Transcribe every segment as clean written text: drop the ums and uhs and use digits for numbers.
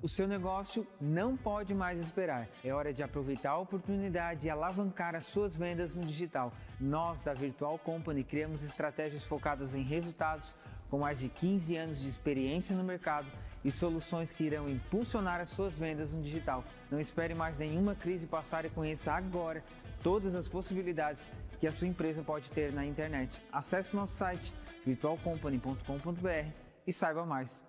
O seu negócio não pode mais esperar. É hora de aproveitar a oportunidade e alavancar as suas vendas no digital. Nós, da Virtual Company, criamos estratégias focadas em resultados com mais de 15 anos de experiência no mercado e soluções que irão impulsionar as suas vendas no digital. Não espere mais nenhuma crise passar e conheça agora todas as possibilidades que a sua empresa pode ter na internet. Acesse o nosso site virtualcompany.com.br e saiba mais.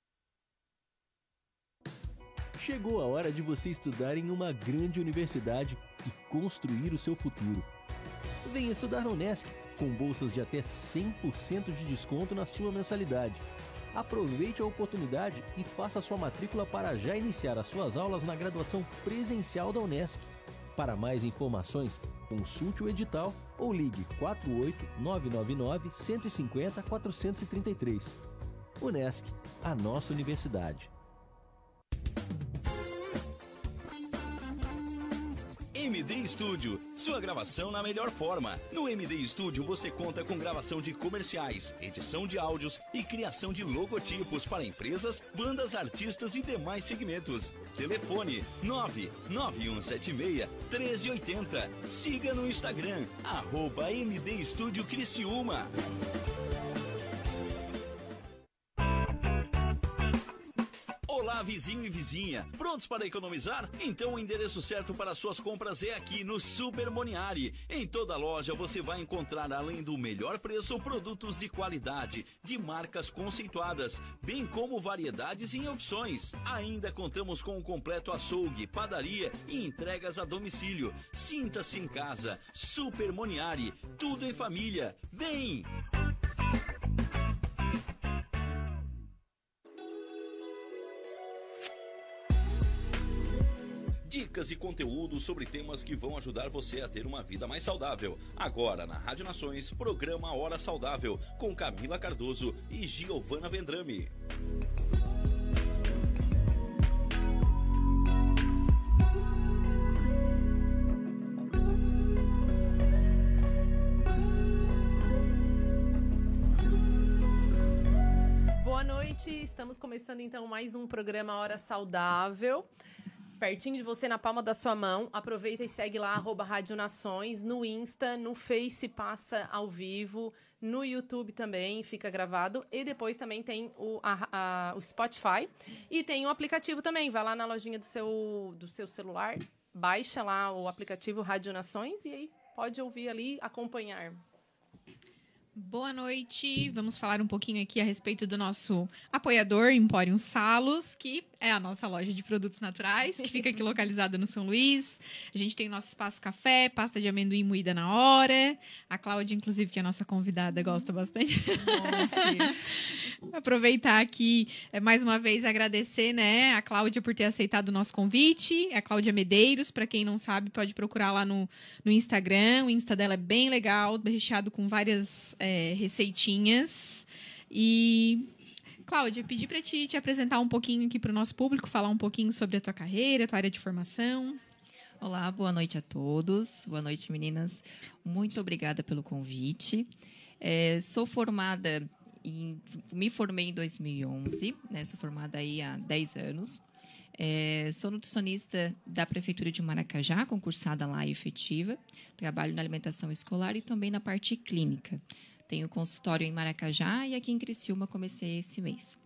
Chegou a hora de você estudar em uma grande universidade e construir o seu futuro. Venha estudar na Unesc, com bolsas de até 100% de desconto na sua mensalidade. Aproveite a oportunidade e faça sua matrícula para já iniciar as suas aulas na graduação presencial da Unesc. Para mais informações, consulte o edital ou ligue 48-999 150 433. Unesc, a nossa universidade. MD Studio, sua gravação na melhor forma. No MD Studio você conta com gravação de comerciais, edição de áudios e criação de logotipos para empresas, bandas, artistas e demais segmentos. Telefone 99176-1380. Siga no Instagram, @MD Studio Criciúma. Olá, vizinho e vizinha. Prontos para economizar? Então o endereço certo para suas compras é aqui no Super Moniari. Em toda loja você vai encontrar, além do melhor preço, produtos de qualidade, de marcas conceituadas, bem como variedades e opções. Ainda contamos com um completo açougue, padaria e entregas a domicílio. Sinta-se em casa. Super Moniari. Tudo em família. Vem! Dicas e conteúdos sobre temas que vão ajudar você a ter uma vida mais saudável. Agora, na Rádio Nações, programa Hora Saudável, com Camila Cardoso e Giovana Vendrame. Boa noite, estamos começando então mais um programa Hora Saudável. Pertinho de você, na palma da sua mão. Aproveita e segue lá, @Rádio Nações, no Insta, no Face, passa ao vivo, no YouTube também, fica gravado. E depois também tem o Spotify. E tem o aplicativo também. Vai lá na lojinha do seu celular, baixa lá o aplicativo Rádio Nações e aí pode ouvir ali, acompanhar. Boa noite, vamos falar um pouquinho aqui a respeito do nosso apoiador, Emporium Salos, que é a nossa loja de produtos naturais, que fica aqui localizada no São Luís. A gente tem o nosso espaço café, pasta de amendoim moída na hora. A Cláudia, inclusive, que é a nossa convidada, gosta bastante. Aproveitar aqui, mais uma vez, agradecer, né, a Cláudia por ter aceitado o nosso convite. É a Cláudia Medeiros, para quem não sabe, pode procurar lá no Instagram. O Insta dela é bem legal, recheado com várias receitinhas. E, Cláudia, pedi para te apresentar um pouquinho aqui para o nosso público, falar um pouquinho sobre a tua carreira, a tua área de formação. Olá, boa noite a todos. Boa noite, meninas. Muito obrigada pelo convite. Sou formada, me formei em 2011, né? Sou formada aí há 10 anos. Sou nutricionista da Prefeitura de Maracajá, concursada lá e efetiva. Trabalho na alimentação escolar e também na parte clínica. Tenho consultório em Maracajá e aqui em Criciúma comecei esse mês.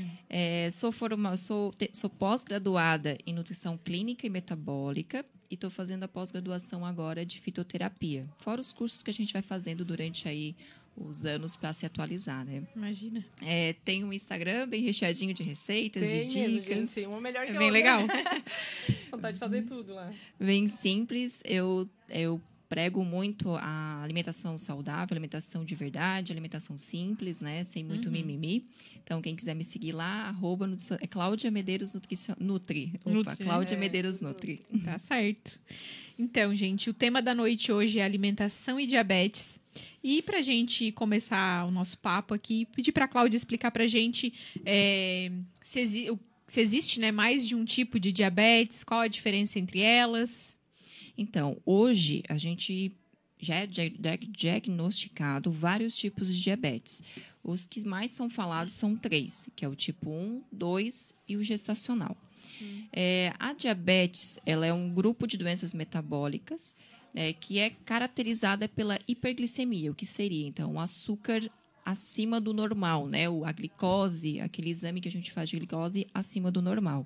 Sou pós-graduada em nutrição clínica e metabólica e estou fazendo a pós-graduação agora de fitoterapia. Fora os cursos que a gente vai fazendo durante aí os anos para se atualizar, né? Imagina. Tem um Instagram bem recheadinho de receitas, de dicas. Mesmo, gente. Uma melhor que a bem outra. Legal. Vontade de fazer tudo lá. Bem simples. Eu prego muito a alimentação saudável, alimentação de verdade, alimentação simples, né? Sem muito mimimi. Então, quem quiser me seguir lá, @ Cláudia Medeiros Nutri. Cláudia Medeiros Nutri. Tá certo. Então, gente, o tema da noite hoje é alimentação e diabetes. E para a gente começar o nosso papo aqui, pedir para a Cláudia explicar para a gente se existe, né, mais de um tipo de diabetes, qual a diferença entre elas. Então, hoje a gente já é diagnosticado vários tipos de diabetes. Os que mais são falados são 3, que é o tipo 1, 2 e o gestacional. A diabetes, ela é um grupo de doenças metabólicas, né, que é caracterizada pela hiperglicemia, o que seria, então, o açúcar acima do normal, né, a glicose, aquele exame que a gente faz de glicose acima do normal.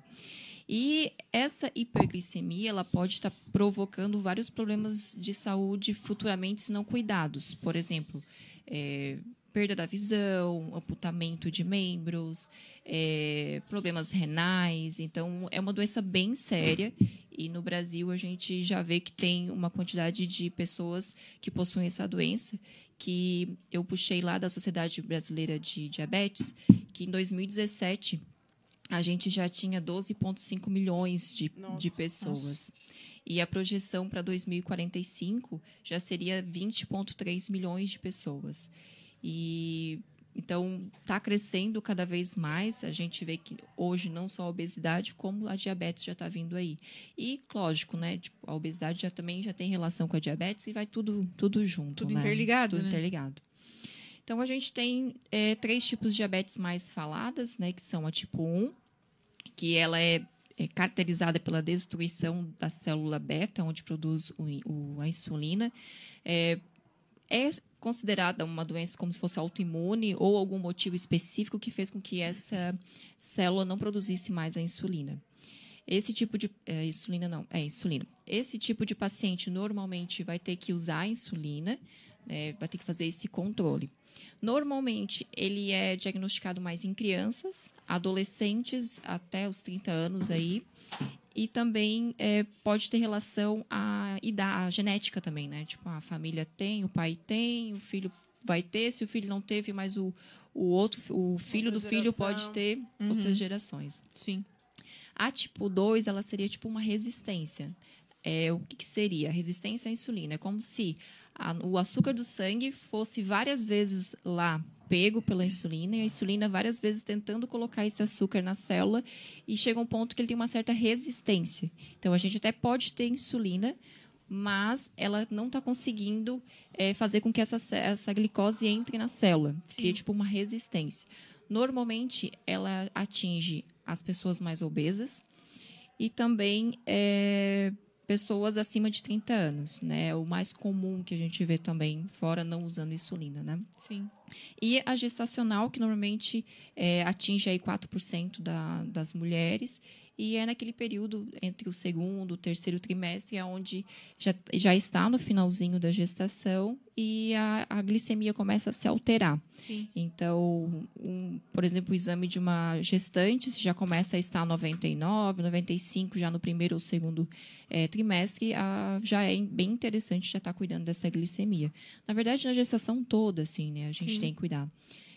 E essa hiperglicemia, ela pode estar provocando vários problemas de saúde futuramente se não cuidados. Por exemplo, perda da visão, amputamento de membros, problemas renais. Então, é uma doença bem séria. E no Brasil, a gente já vê que tem uma quantidade de pessoas que possuem essa doença, que eu puxei lá da Sociedade Brasileira de Diabetes, que em 2017 a gente já tinha 12,5 milhões de pessoas. Nossa. E a projeção para 2045 já seria 20,3 milhões de pessoas. E então está crescendo cada vez mais. A gente vê que hoje não só a obesidade, como a diabetes já está vindo aí. E lógico, né? Tipo, a obesidade já tem relação com a diabetes e vai tudo junto. Tudo né? interligado. Tudo né? interligado. Então a gente tem 3 tipos de diabetes mais faladas, né? Que são a tipo 1, que ela é caracterizada pela destruição da célula beta, onde produz a insulina. É considerada uma doença como se fosse autoimune ou algum motivo específico que fez com que essa célula não produzisse mais a insulina. Esse tipo de insulina. Esse tipo de paciente normalmente vai ter que usar a insulina, vai ter que fazer esse controle. Normalmente, ele é diagnosticado mais em crianças, adolescentes até os 30 anos aí, e também pode ter relação à genética também, né? Tipo, a família tem, o pai tem, o filho vai ter, se o filho não teve, mas o filho do filho pode ter outras gerações. Sim. A tipo 2, ela seria tipo uma resistência. O que seria? Resistência à insulina. É como se o açúcar do sangue fosse várias vezes lá pego pela insulina, e a insulina várias vezes tentando colocar esse açúcar na célula, e chega um ponto que ele tem uma certa resistência. Então, a gente até pode ter insulina, mas ela não está conseguindo fazer com que essa glicose entre na célula. Seria tipo uma resistência. Normalmente, ela atinge as pessoas mais obesas e também pessoas acima de 30 anos, né? O mais comum que a gente vê também, fora não usando insulina, né? Sim. E a gestacional, que normalmente atinge aí 4% das mulheres, e é naquele período entre o segundo e o terceiro trimestre, onde já está no finalzinho da gestação e a glicemia começa a se alterar. Sim. Então, por exemplo, o exame de uma gestante já começa a estar 99, 95, já no primeiro ou segundo trimestre, já é bem interessante já estar cuidando dessa glicemia. Na verdade, na gestação toda, assim, né, a gente tem que cuidar.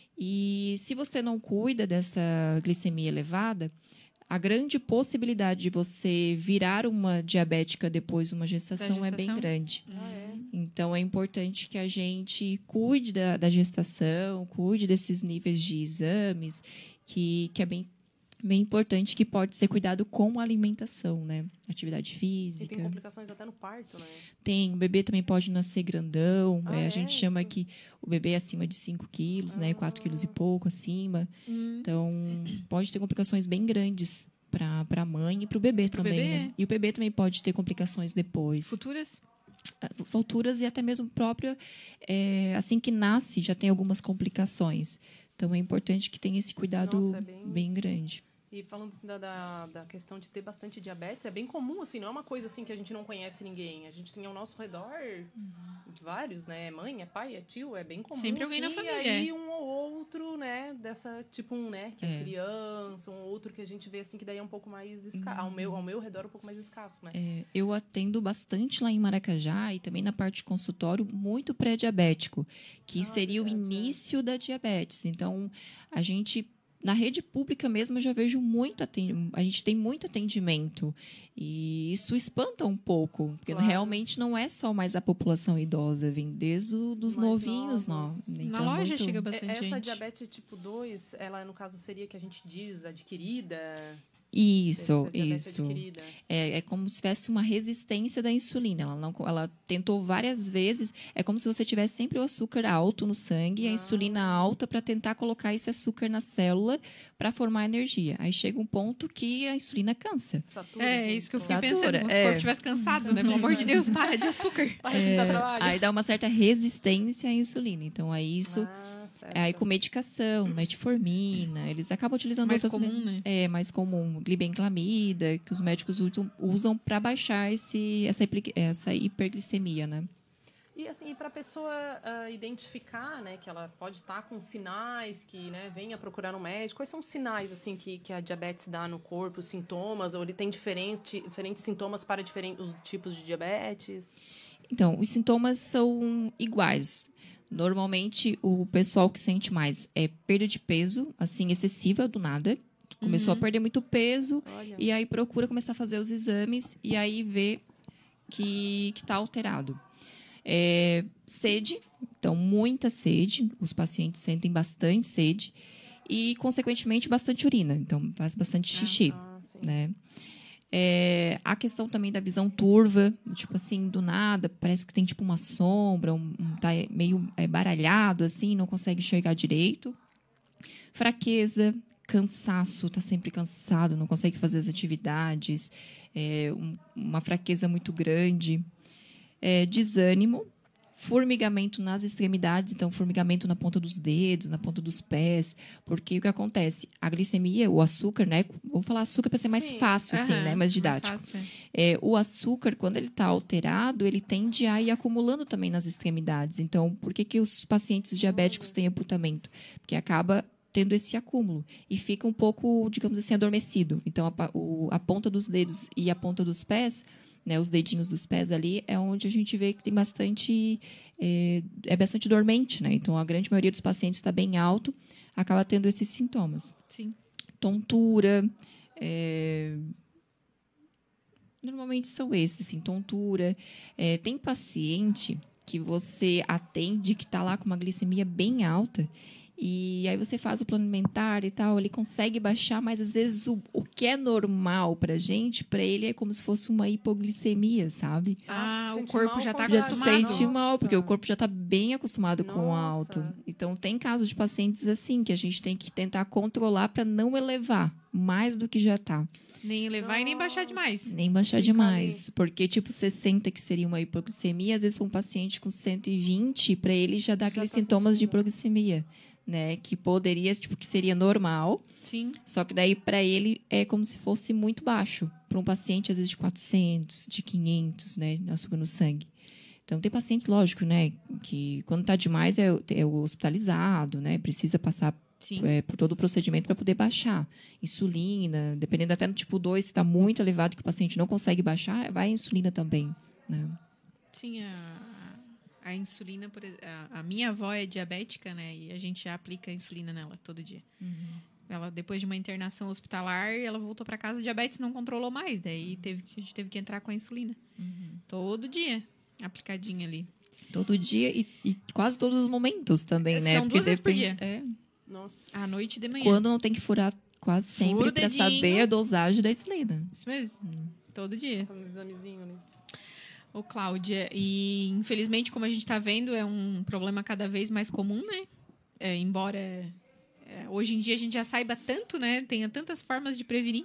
E se você não cuida dessa glicemia elevada, a grande possibilidade de você virar uma diabética depois de uma gestação é bem grande. Então, é importante que a gente cuide da gestação, cuide desses níveis de exames, que é bem importante, que pode ser cuidado com a alimentação, né? Atividade física. E tem complicações até no parto, né? Tem. O bebê também pode nascer grandão. A gente chama que o bebê é acima de 5 quilos, né? 4 quilos e pouco acima. Então, pode ter complicações bem grandes para a mãe e para o bebê também. Né? E o bebê também pode ter complicações depois. Futuras e até mesmo própria, assim que nasce, já tem algumas complicações. Então, é importante que tenha esse cuidado bem grande. E falando assim da questão de ter bastante diabetes, é bem comum, assim, não é uma coisa assim que a gente não conhece ninguém. A gente tem ao nosso redor vários, né? É mãe, é pai, é tio, é bem comum. Sempre alguém na família. E aí um ou outro, né? Dessa, tipo né? Que é criança, um outro que a gente vê assim que daí é um pouco mais escasso. Ao meu redor, um pouco mais escasso, né? Eu atendo bastante lá em Maracajá e também na parte de consultório, muito pré-diabético, que seria o início da diabetes. Então, a gente... Na rede pública mesmo, eu já vejo a gente tem muito atendimento. E isso espanta um pouco, porque realmente não é só mais a população idosa, vem desde os novinhos. Então, na loja chega bastante gente. Essa diabetes tipo 2, ela no caso seria que a gente diz adquirida? Isso, Se a diabetes isso. adquirida. É como se tivesse uma resistência da insulina. Ela tentou várias vezes. É como se você tivesse sempre o açúcar alto no sangue e a insulina alta para tentar colocar esse açúcar na célula para formar energia. Aí chega um ponto que a insulina cansa. Satura, É assim, isso que eu pô. fiquei Satura, pensando. Se o corpo estivesse cansado, né? Pelo amor de Deus, para de açúcar. Para de me dar trabalho. Aí dá uma certa resistência à insulina. Então, aí isso... Certo. Aí com medicação, metformina, eles acabam utilizando Mais outras... comum, né? É, mais comum. Glibenclamida, que os médicos usam para baixar essa hiperglicemia, né? E assim, para a pessoa identificar, né, que ela pode estar com sinais que, né, venha procurar um médico, quais são os sinais assim que a diabetes dá no corpo, os sintomas, ou ele tem diferentes sintomas para os tipos de diabetes? Então, os sintomas são iguais. Normalmente, o pessoal que sente mais é perda de peso, assim, excessiva do nada. Começou a perder muito peso, Olha. e aí procura começar a fazer os exames, e aí vê que está alterado. Sede, então, muita sede. Os pacientes sentem bastante sede. E, consequentemente, bastante urina. Então, faz bastante xixi, Sim. né? A questão também da visão turva, tipo assim, do nada, parece que tem tipo uma sombra, tá meio baralhado, assim, não consegue enxergar direito. Fraqueza, cansaço, tá sempre cansado, não consegue fazer as atividades, uma fraqueza muito grande, desânimo, formigamento nas extremidades, então formigamento na ponta dos dedos, na ponta dos pés, porque o que acontece? A glicemia, o açúcar, né? Vou falar açúcar para ser mais fácil, assim, né? Mais didático. Mais fácil, O açúcar, quando ele está alterado, ele tende a ir acumulando também nas extremidades. Então, por que os pacientes diabéticos têm apontamento? Porque acaba tendo esse acúmulo e fica um pouco, digamos assim, adormecido. Então, a ponta dos dedos e a ponta dos pés, né, os dedinhos dos pés ali, é onde a gente vê que tem bastante... É bastante dormente, né? Então, a grande maioria dos pacientes está bem alto, acaba tendo esses sintomas. Sim. Tontura... Normalmente são esses, assim, tontura. Tem paciente que você atende que está lá com uma glicemia bem alta e aí você faz o plano alimentar e tal, ele consegue baixar, mas às vezes o que é normal pra gente, pra ele é como se fosse uma hipoglicemia, sabe? Ah, se o sente corpo mal já tá quando Já se acostumado. sente mal, porque o Nossa. corpo já está bem acostumado com o Nossa. alto. Então, tem casos de pacientes assim, que a gente tem que tentar controlar para não elevar mais do que já está. Nem elevar e nem baixar demais. Nem baixar Fica demais. Porque, tipo, 60, que seria uma hipoglicemia, às vezes, para um paciente com 120, para ele já dá aqueles tá sintomas de sentindo. hipoglicemia, né? Que poderia, tipo, que seria normal, Sim. só que daí, para ele, é como se fosse muito baixo. Para um paciente, às vezes, de 400, de 500, né? Açúcar no sangue. Então, tem pacientes, lógico, né? Que quando está demais é o hospitalizado, né? Precisa passar Sim. por todo o procedimento para poder baixar. Insulina, dependendo até do tipo 2, se está muito elevado que o paciente não consegue baixar, vai a insulina também, né? Sim, a insulina, a minha avó é diabética, né? E a gente já aplica insulina nela todo dia. Ela, depois de uma internação hospitalar, ela voltou para casa, diabetes não controlou mais. Daí a gente teve que entrar com a insulina. Todo dia, aplicadinha ali. Todo dia e quase todos os momentos também, né? São 2 vezes por dia. Nossa. À noite e de manhã. Quando não tem que furar quase sempre Fura o para dedinho. saber a dosagem da insulina. Isso mesmo. Todo dia. Faz um examezinho ali. Ô, Cláudia, e infelizmente, como a gente está vendo, é um problema cada vez mais comum, né? Embora hoje em dia a gente já saiba tanto, né? Tenha tantas formas de prevenir.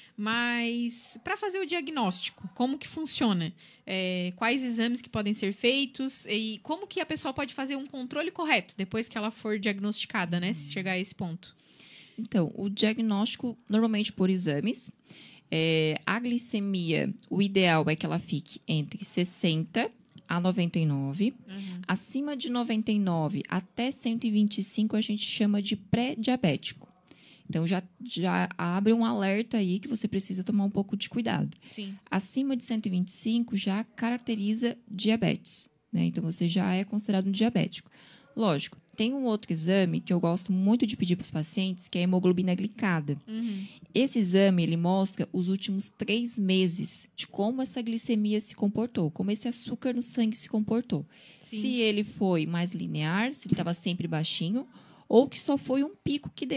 Mas para fazer o diagnóstico, como que funciona? Quais exames que podem ser feitos? E como que a pessoa pode fazer um controle correto depois que ela for diagnosticada, né? Se chegar a esse ponto. Então, o diagnóstico, normalmente por exames. A glicemia, o ideal é que ela fique entre 60 a 99. Acima de 99 até 125 a gente chama de pré-diabético. Então, já abre um alerta aí que você precisa tomar um pouco de cuidado. Sim. Acima de 125 já caracteriza diabetes, né? Então, você já é considerado um diabético. Lógico, tem um outro exame que eu gosto muito de pedir para os pacientes, que é a hemoglobina glicada. Esse exame, ele mostra os últimos 3 meses de como essa glicemia se comportou, como esse açúcar no sangue se comportou. Sim. Se ele foi mais linear, se ele estava sempre baixinho, ou que só foi um pico que deu.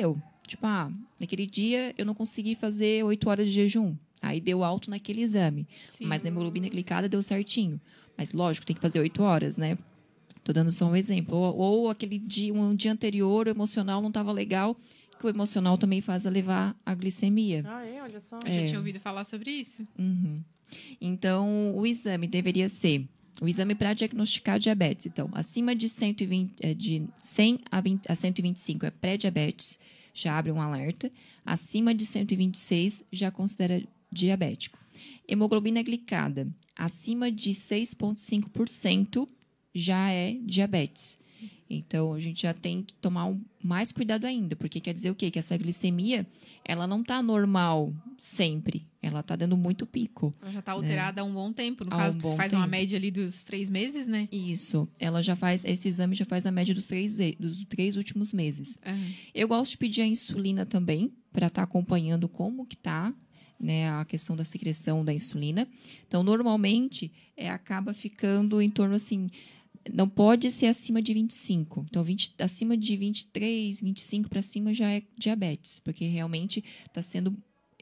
Tipo, naquele dia eu não consegui fazer 8 horas de jejum. Aí deu alto naquele exame. Sim. Mas na hemoglobina glicada deu certinho. Mas, lógico, tem que fazer 8 horas, né? Tô dando só um exemplo. Ou aquele dia, um dia anterior, o emocional não estava legal, que o emocional também faz elevar a glicemia. Olha só. Já tinha ouvido falar sobre isso? Uhum. Então, o exame deveria ser o exame para diagnosticar diabetes. Então, acima de 120, de 100 a 125 é pré-diabetes, já abre um alerta. Acima de 126 já considera diabético. Hemoglobina glicada acima de 6,5% já é diabetes. Então, a gente já tem que tomar mais cuidado ainda, porque quer dizer o quê? Que essa glicemia, ela não está normal sempre, ela está dando muito pico. Ela já está alterada há um bom tempo, no Há caso, um que se bom faz uma tempo. média ali dos 3 meses, né? Isso, ela já faz, esse exame já faz a média dos 3 últimos meses. Aham. Eu gosto de pedir a insulina também, para estar acompanhando como que está, né, a questão da secreção da insulina. Então, normalmente, acaba ficando em torno, assim, não pode ser acima de 25. Então, acima de 23, 25 para cima já é diabetes, porque realmente está sendo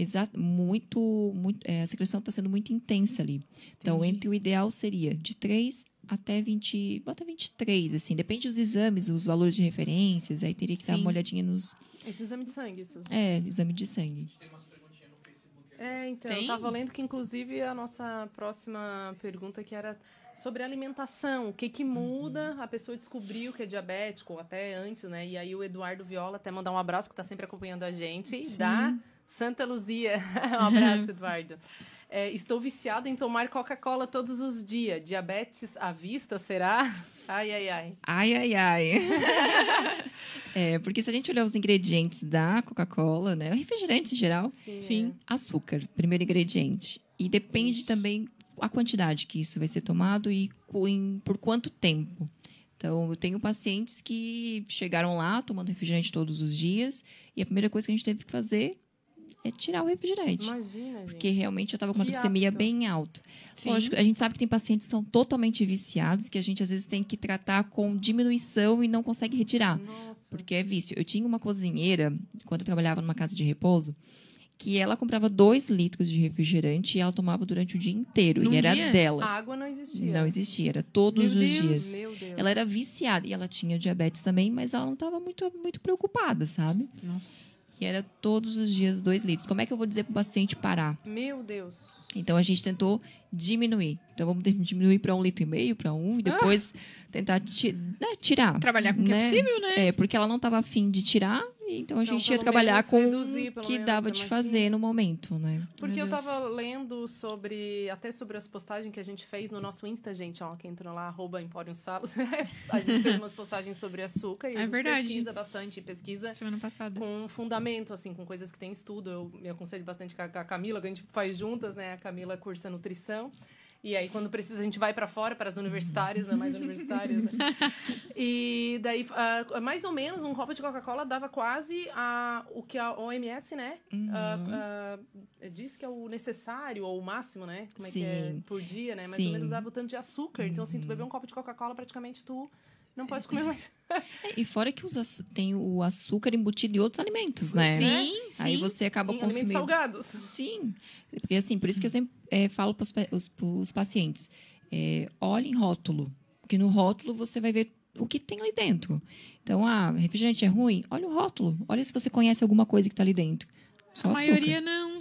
a secreção está sendo muito intensa ali. Então, entre o ideal seria de 3 até 20, bota 23, assim, depende dos exames, os valores de referências, aí teria que dar Sim. uma olhadinha nos... Esse exame de sangue, Suzy. exame de sangue. Então, Tem? eu tava lendo que, inclusive, a nossa próxima pergunta que era sobre alimentação. O que que muda a pessoa descobrir o que é diabético, ou até antes, né? E aí o Eduardo Viola, até mandar um abraço, que está sempre acompanhando a gente, da Santa Luzia. Um abraço, Eduardo. Estou viciado em tomar Coca-Cola todos os dias. Diabetes à vista, será? Ai, ai, ai. Ai, ai, ai. Porque se a gente olhar os ingredientes da Coca-Cola, né? O refrigerante em geral, Sim. açúcar, primeiro ingrediente. E depende também a quantidade que isso vai ser tomado e por quanto tempo. Então, eu tenho pacientes que chegaram lá tomando refrigerante todos os dias e a primeira coisa que a gente teve que fazer é tirar o refrigerante. Imagina, gente. Porque realmente eu estava com uma Que glicemia hábito. bem alta. Sim. Lógico, a gente sabe que tem pacientes que são totalmente viciados, que a gente às vezes tem que tratar com diminuição e não consegue retirar. Nossa. Porque é vício. Eu tinha uma cozinheira, quando eu trabalhava numa casa de repouso, que ela comprava 2 litros de refrigerante e ela tomava durante o dia inteiro. Num E era dia? A dela. água não existia. Não existia, era todos Meu os Deus, dias. Meu Deus. Ela era viciada e ela tinha diabetes também, mas ela não estava muito preocupada, sabe? Nossa. E era todos os dias 2 litros. Como é que eu vou dizer para o paciente parar? Meu Deus. Então, a gente tentou diminuir. Então, vamos diminuir para 1,5 litro, para 1, e depois tentar tirar. Trabalhar com o que é possível, né? Porque ela não estava afim de tirar, então a Então, gente ia pelo trabalhar menos com reduzir, o pelo que menos, dava de imagina. fazer no momento, né? Porque Meu eu Deus. tava lendo até sobre as postagens que a gente fez no nosso Insta, gente, ó, que entrou lá, @Emporium Salos. A gente fez umas postagens sobre açúcar e a É gente verdade. pesquisa bastante, pesquisa Semana passada. com fundamento, assim, com coisas que tem estudo. Eu me aconselho bastante com a Camila, que a gente faz juntas, né? A Camila cursa nutrição. E aí, quando precisa, a gente vai para fora, para as universitárias, né? Mais universitárias, né? E daí, mais ou menos, um copo de Coca-Cola dava quase o que a OMS, né? Diz que é o necessário, ou o máximo, né? Como é que é? Sim. Por dia, né? Mais Sim. ou menos dava o tanto de açúcar. Então, assim, tu beber um copo de Coca-Cola, praticamente tu não pode comer mais. E fora que tem o açúcar embutido em outros alimentos, né? Sim, sim. Aí você acaba Em alimentos consumindo... salgados. Sim, porque assim, por isso que eu sempre falo para os pacientes, olhem rótulo, porque no rótulo você vai ver o que tem ali dentro. Então, refrigerante é ruim? Olha o rótulo, olha se você conhece alguma coisa que está ali dentro. Só A açúcar. maioria não.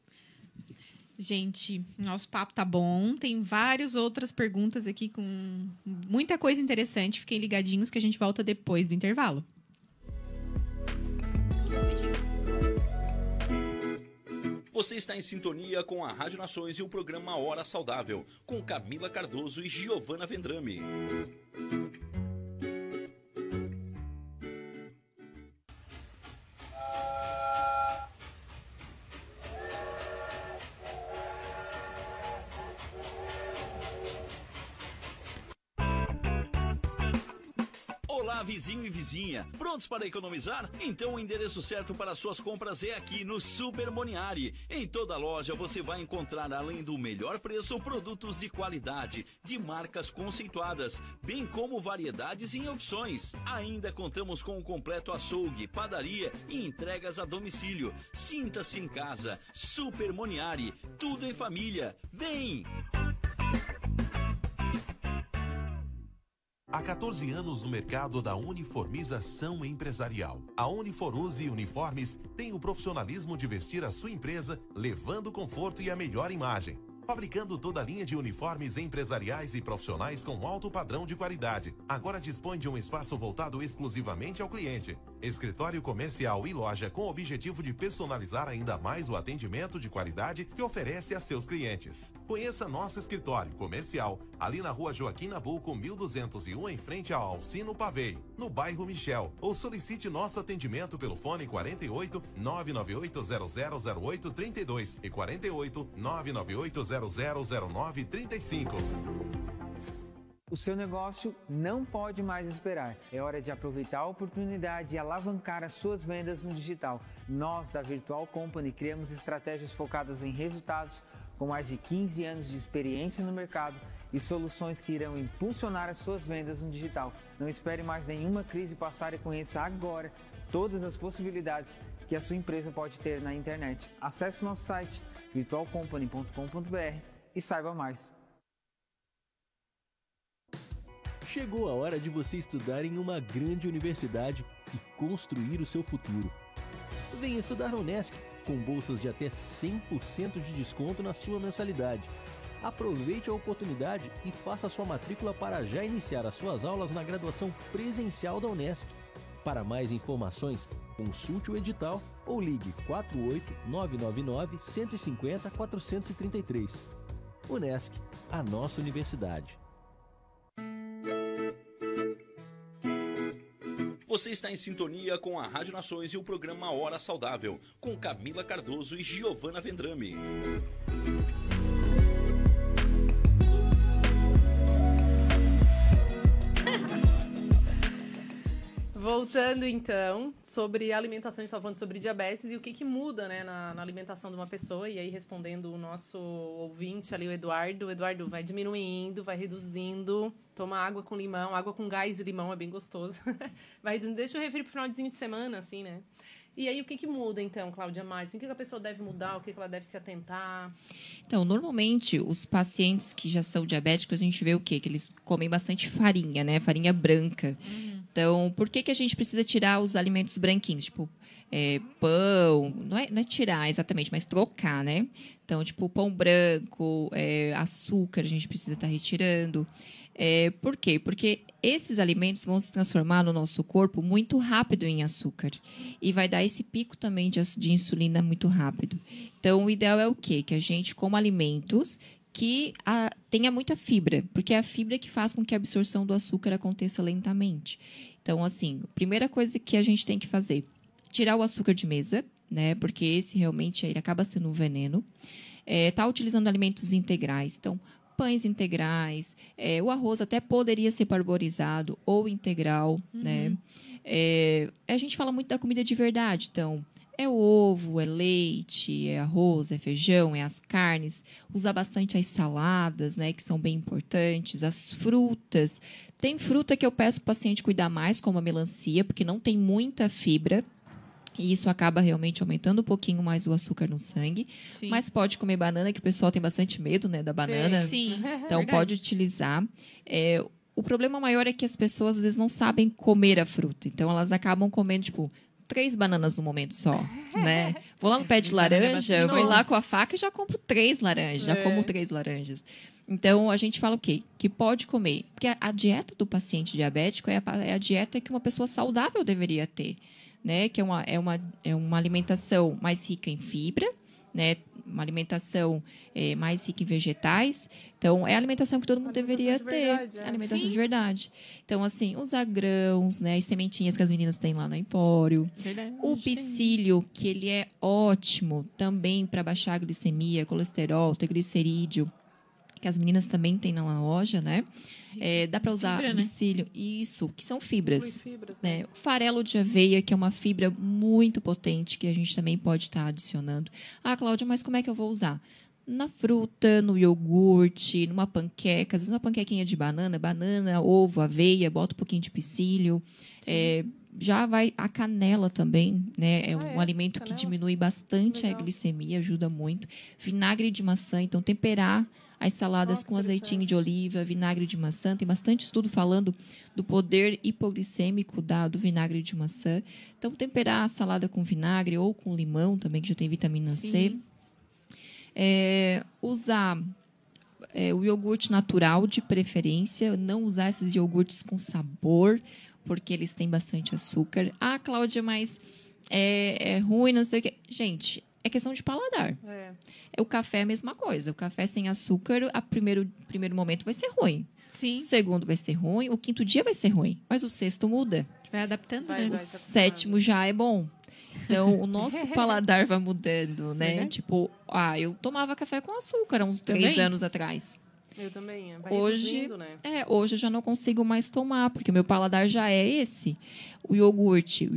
Gente, nosso papo tá bom. Tem várias outras perguntas aqui com muita coisa interessante. Fiquem ligadinhos que a gente volta depois do intervalo. Você está em sintonia com a Rádio Nações e o programa Hora Saudável, com Camila Cardoso e Giovana Vendrame. Olá, vizinho e vizinha. Prontos para economizar? Então o endereço certo para suas compras é aqui no Super Moniari. Em toda loja você vai encontrar, além do melhor preço, produtos de qualidade, de marcas conceituadas, bem como variedades e opções. Ainda contamos com um completo açougue, padaria e entregas a domicílio. Sinta-se em casa. Super Moniari. Tudo em família. Vem! Há 14 anos no mercado da uniformização empresarial. A Uniforuse Uniformes tem o profissionalismo de vestir a sua empresa, levando conforto e a melhor imagem. Fabricando toda a linha de uniformes empresariais e profissionais com alto padrão de qualidade. Agora dispõe de um espaço voltado exclusivamente ao cliente. Escritório comercial e loja com o objetivo de personalizar ainda mais o atendimento de qualidade que oferece a seus clientes. Conheça nosso escritório comercial ali na rua Joaquim Nabuco, 1201, em frente ao Alcino Pavei, no bairro Michel. Ou solicite nosso atendimento pelo fone 48 998 0008 32 e 48 998 0009 35. O seu negócio não pode mais esperar. É hora de aproveitar a oportunidade e alavancar as suas vendas no digital. Nós, da Virtual Company, criamos estratégias focadas em resultados com mais de 15 anos de experiência no mercado e soluções que irão impulsionar as suas vendas no digital. Não espere mais nenhuma crise passar e conheça agora todas as possibilidades que a sua empresa pode ter na internet. Acesse nosso site virtualcompany.com.br e saiba mais. Chegou a hora de você estudar em uma grande universidade e construir o seu futuro. Venha estudar na Unesc, com bolsas de até 100% de desconto na sua mensalidade. Aproveite a oportunidade e faça sua matrícula para já iniciar as suas aulas na graduação presencial da Unesc. Para mais informações, consulte o edital ou ligue 48 999 150 433. Unesc, a nossa universidade. Você está em sintonia com a Rádio Nações e o programa Hora Saudável, com Camila Cardoso e Giovana Vendrame. Voltando então, sobre alimentação, a gente estava falando sobre diabetes e o que muda, né, na alimentação de uma pessoa. E aí, respondendo o nosso ouvinte ali, o Eduardo, vai diminuindo, vai reduzindo, toma água com limão, água com gás e limão, é bem gostoso. Vai reduzindo, deixa o refri pro finalzinho de semana, assim, né? E aí, o que muda, então, Cláudia, mais? O que a pessoa deve mudar? O que ela deve se atentar? Então, normalmente, os pacientes que já são diabéticos, a gente vê o quê? Que eles comem bastante farinha, né? Farinha branca. Então, por que a gente precisa tirar os alimentos branquinhos? Tipo, pão, não é tirar exatamente, mas trocar, né? Então, tipo, pão branco, açúcar, a gente precisa estar retirando. Por quê? Porque esses alimentos vão se transformar no nosso corpo muito rápido em açúcar. E vai dar esse pico também de insulina muito rápido. Então, o ideal é o quê? Que a gente coma alimentos que tenha muita fibra, porque é a fibra que faz com que a absorção do açúcar aconteça lentamente. Então, assim, a primeira coisa que a gente tem que fazer, tirar o açúcar de mesa, né? Porque esse realmente ele acaba sendo um veneno. Tá utilizando alimentos integrais, então pães integrais, o arroz até poderia ser parboilizado ou integral, né? A gente fala muito da comida de verdade, então é ovo, é leite, é arroz, é feijão, é as carnes. Usar bastante as saladas, né, que são bem importantes. As frutas. Tem fruta que eu peço para o paciente cuidar mais, como a melancia, porque não tem muita fibra. E isso acaba realmente aumentando um pouquinho mais o açúcar no sangue. Sim. Mas pode comer banana, que o pessoal tem bastante medo, né, da banana. Sim. Então, pode utilizar. O problema maior é que as pessoas, às vezes, não sabem comer a fruta. Então, elas acabam comendo, tipo, 3 bananas no momento só, né? Vou lá no pé de laranja, vou lá com a faca e já compro 3 laranjas, já como 3 laranjas. Então, a gente fala o quê? Que pode comer. Porque a dieta do paciente diabético é a dieta que uma pessoa saudável deveria ter, né? Que é uma alimentação mais rica em fibra, né? Uma alimentação mais rica em vegetais. Então, é a alimentação que todo mundo deveria ter. Alimentação de verdade. Então, assim, usar grãos, né? As sementinhas que as meninas têm lá no Empório. Verdade. O psyllium, que ele é ótimo também para baixar a glicemia, colesterol, triglicerídeo. que as meninas também têm na loja, né? Dá para usar Fibra, né? psyllium. Isso, que são fibras. Fibras, Né? O farelo de aveia, que é uma fibra muito potente, que a gente também pode estar adicionando. Ah, Cláudia, mas como é que eu vou usar? Na fruta, no iogurte, numa panqueca, às vezes uma panquequinha de banana, ovo, aveia, bota um pouquinho de psyllium. Já vai a canela também, né? É um alimento que diminui bastante a glicemia, ajuda muito. Vinagre de maçã, então temperar as saladas com azeitinho de oliva, vinagre de maçã. Tem bastante estudo falando do poder hipoglicêmico do vinagre de maçã. Então, temperar a salada com vinagre ou com limão também, que já tem vitamina C. Usar o iogurte natural, de preferência. Não usar esses iogurtes com sabor, porque eles têm bastante açúcar. Ah, Cláudia, mas é ruim, não sei o quê. Gente, é questão de paladar. O café é a mesma coisa. O café sem açúcar, a primeiro momento vai ser ruim. Sim. O segundo vai ser ruim. O quinto dia vai ser ruim. Mas o sexto muda. Vai adaptando, né? O sétimo já é bom. Então, o nosso paladar vai mudando, né? Tipo, eu tomava café com açúcar há uns 3 anos atrás. Eu também. Hoje eu já não consigo mais tomar, porque o meu paladar já é esse. O iogurte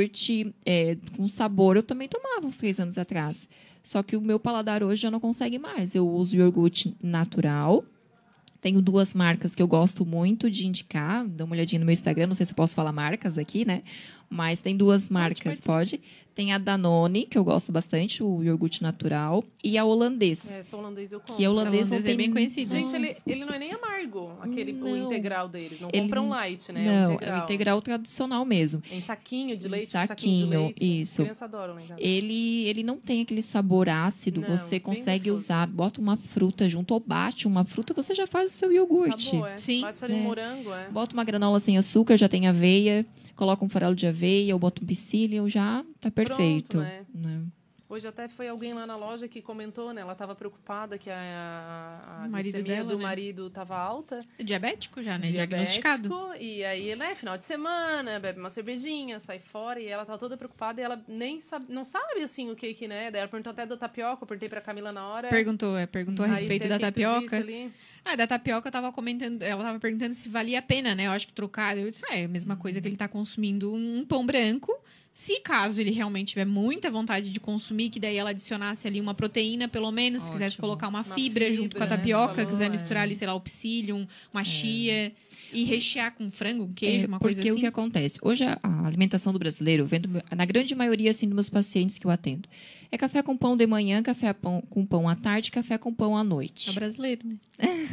com sabor eu também tomava uns 3 anos atrás. Só que o meu paladar hoje já não consegue mais. Eu uso iogurte natural. Tenho 2 marcas que eu gosto muito de indicar. Dá uma olhadinha no meu Instagram. Não sei se eu posso falar marcas aqui, né? Mas tem 2 marcas, pode. Tem a Danone, que eu gosto bastante, o iogurte natural. E a holandês. Essa holandês eu compro. Que a holandês não tem... é bem conhecido. Gente, ele não é nem amargo, o integral deles. Não compram light, né? Não, é o integral tradicional mesmo. Em saquinho de leite, saquinho de leite. Isso. As crianças adoram, né? Ele não tem aquele sabor ácido. Não, você consegue usar, bota uma fruta junto ou bate uma fruta, você já faz o seu iogurte. Acabou, Sim. Bate ali morango, Bota uma granola sem açúcar, já tem aveia. Coloca um farelo de aveia ou bota um psyllium, já tá perfeito. Pronto, né? Hoje até foi alguém lá na loja que comentou, né? Ela estava preocupada que a glicemia do marido estava alta. Diabético já, né? Diagnosticado. E aí, né? Final de semana, bebe uma cervejinha, sai fora. E ela tá toda preocupada e ela nem sabe, não sabe, assim, o que, né? Daí ela perguntou até da tapioca. Eu perguntei pra Camila na hora. Perguntou a respeito da tapioca. Da tapioca eu tava comentando, ela tava perguntando se valia a pena, né? Eu acho que trocar, eu disse, é a mesma coisa que ele tá consumindo um pão branco. Se caso ele realmente tiver muita vontade de consumir, que daí ela adicionasse ali uma proteína, pelo menos, se quisesse colocar uma fibra junto com a tapioca, quiser misturar ali, sei lá, o psyllium, uma chia, e rechear com frango, queijo, uma coisa assim. Porque o que acontece? Hoje a alimentação do brasileiro, vendo na grande maioria assim, dos meus pacientes que eu atendo, é café com pão de manhã, café com pão à tarde, café com pão à noite. É brasileiro, né?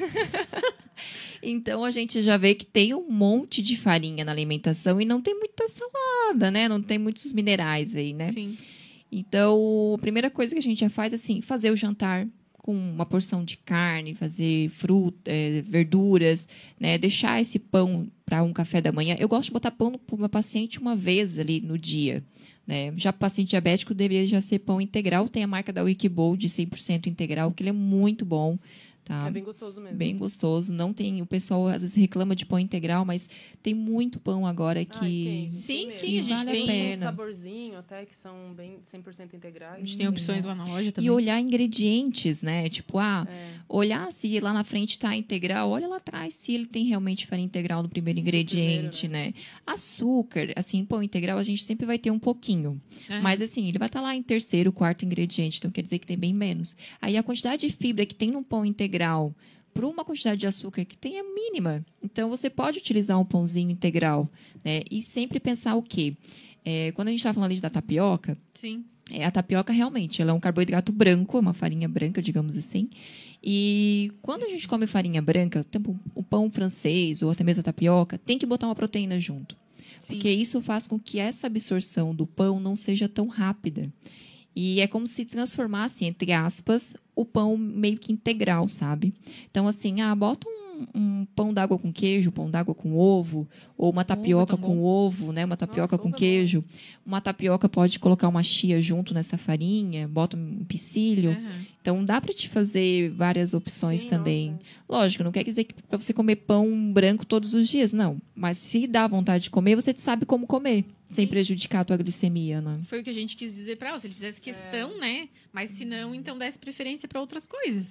Então, a gente já vê que tem um monte de farinha na alimentação e não tem muita salada, né? Não tem muitos minerais aí, né? Sim. Então, a primeira coisa que a gente já faz é, assim, fazer o jantar com uma porção de carne, fazer fruta, verduras, né? Deixar esse pão para um café da manhã. Eu gosto de botar pão para uma paciente uma vez ali no dia, né? Já para o paciente diabético deveria já ser pão integral. Tem a marca da Wikibold de 100% integral, que ele é muito bom. Tá? É bem gostoso mesmo. Bem gostoso. Não tem, o pessoal às vezes reclama de pão integral, mas tem muito pão agora que sim, a gente vale tem a pena. Um saborzinho até que são bem 100% integrais. A gente tem opções lá na loja também. E olhar ingredientes, né? Tipo, olhar se lá na frente tá integral, olha lá atrás se ele tem realmente farinha integral no primeiro ingrediente, né? Açúcar, assim, pão integral a gente sempre vai ter um pouquinho. Mas assim, ele vai estar lá em terceiro, quarto ingrediente, então quer dizer que tem bem menos. Aí a quantidade de fibra que tem no pão integral para uma quantidade de açúcar que tem é mínima. Então, você pode utilizar um pãozinho integral, né? E sempre pensar o quê? Quando a gente está falando ali da tapioca, sim. A tapioca realmente ela é um carboidrato branco, é uma farinha branca, digamos assim. E quando a gente come farinha branca, o pão francês ou até mesmo a tapioca, tem que botar uma proteína junto. Sim. Porque isso faz com que essa absorção do pão não seja tão rápida. E é como se transformasse, entre aspas, o pão meio que integral, sabe? Então, assim, bota um pão d'água com queijo, pão d'água com ovo, ou uma tapioca com ovo, né? Uma tapioca com queijo. Uma tapioca pode colocar uma chia junto nessa farinha, bota um psyllium. Então, dá para te fazer várias opções também. Nossa. Lógico, não quer dizer que para você comer pão branco todos os dias, não. Mas se dá vontade de comer, você sabe como comer, sem prejudicar a tua glicemia, né? Foi o que a gente quis dizer para ela. Se ele fizesse questão, né? Mas se não, então desse preferência para outras coisas.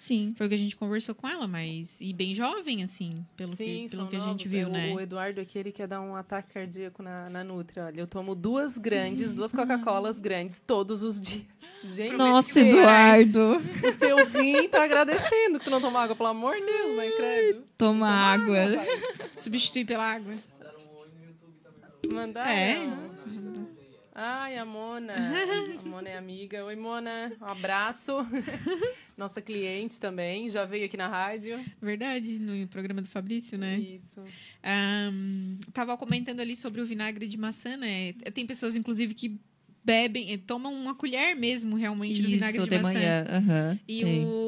Sim. Foi o que a gente conversou com ela, mas... E bem jovem, assim, pelo que a gente viu, né? O Eduardo aqui, ele quer dar um ataque cardíaco na Nutri. Olha, eu tomo 2 Coca-Colas grandes todos os dias. Gente, Nossa, Eduardo. O teu rim tá agradecendo que tu não toma água, pelo amor de Deus, né, credo? Toma água. Substituir pela água. Mandar. Ai, a Mona. A Mona é amiga. Oi, Mona. Um abraço. Nossa cliente também. Já veio aqui na rádio. Verdade, no programa do Fabrício, né? Isso. Tava comentando ali sobre o vinagre de maçã, né? Tem pessoas, inclusive, que bebem, tomam uma colher mesmo, realmente, do vinagre de maçã. Manhã. Uhum, e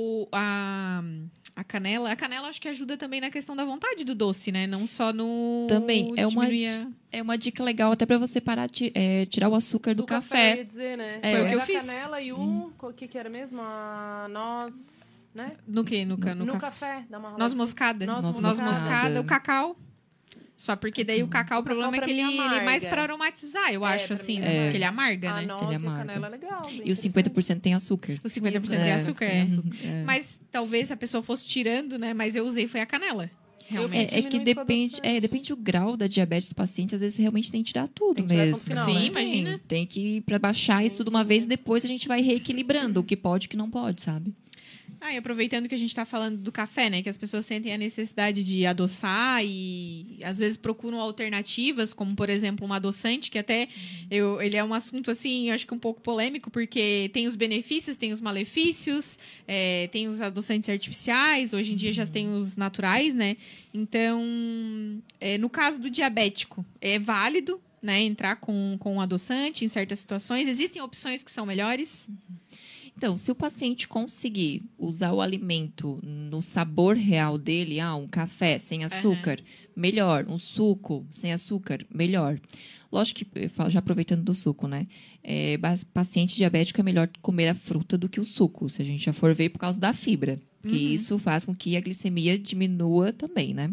a canela acho que ajuda também na questão da vontade do doce, né? Não só no... Também, é uma dica legal até para você parar de tirar o açúcar do café. Eu ia dizer, né? Foi o que eu fiz. A canela e o que era mesmo? A noz, né? No quê? No café. Dá uma noz moscada. Noz moscada, o cacau. Só porque daí o cacau, o problema é que ele é mais para aromatizar, eu acho, assim, né? Porque ele amarga, né? A noz e a canela é legal. E os 50% tem açúcar. Os 50% tem açúcar, Mas talvez se a pessoa fosse tirando, né? Mas eu usei foi a canela. Realmente. É que depende do grau da diabetes do paciente, às vezes realmente tem que tirar tudo mesmo. Final, sim, né? imagina. Tem que ir para baixar isso tudo uma vez e depois a gente vai reequilibrando o que pode e o que não pode, sabe? E aproveitando que a gente está falando do café, né? Que as pessoas sentem a necessidade de adoçar e às vezes procuram alternativas, como, por exemplo, um adoçante, que até ele é um assunto, assim, acho que um pouco polêmico, porque tem os benefícios, tem os malefícios, tem os adoçantes artificiais, hoje em dia já tem os naturais, né? Então, no caso do diabético, é válido, né, entrar com um adoçante em certas situações. Existem opções que são melhores? Então, se o paciente conseguir usar o alimento no sabor real dele, um café sem açúcar, melhor. Um suco sem açúcar, melhor. Lógico que, já aproveitando do suco, né? Paciente diabético é melhor comer a fruta do que o suco, se a gente já for ver por causa da fibra. Porque isso faz com que a glicemia diminua também, né?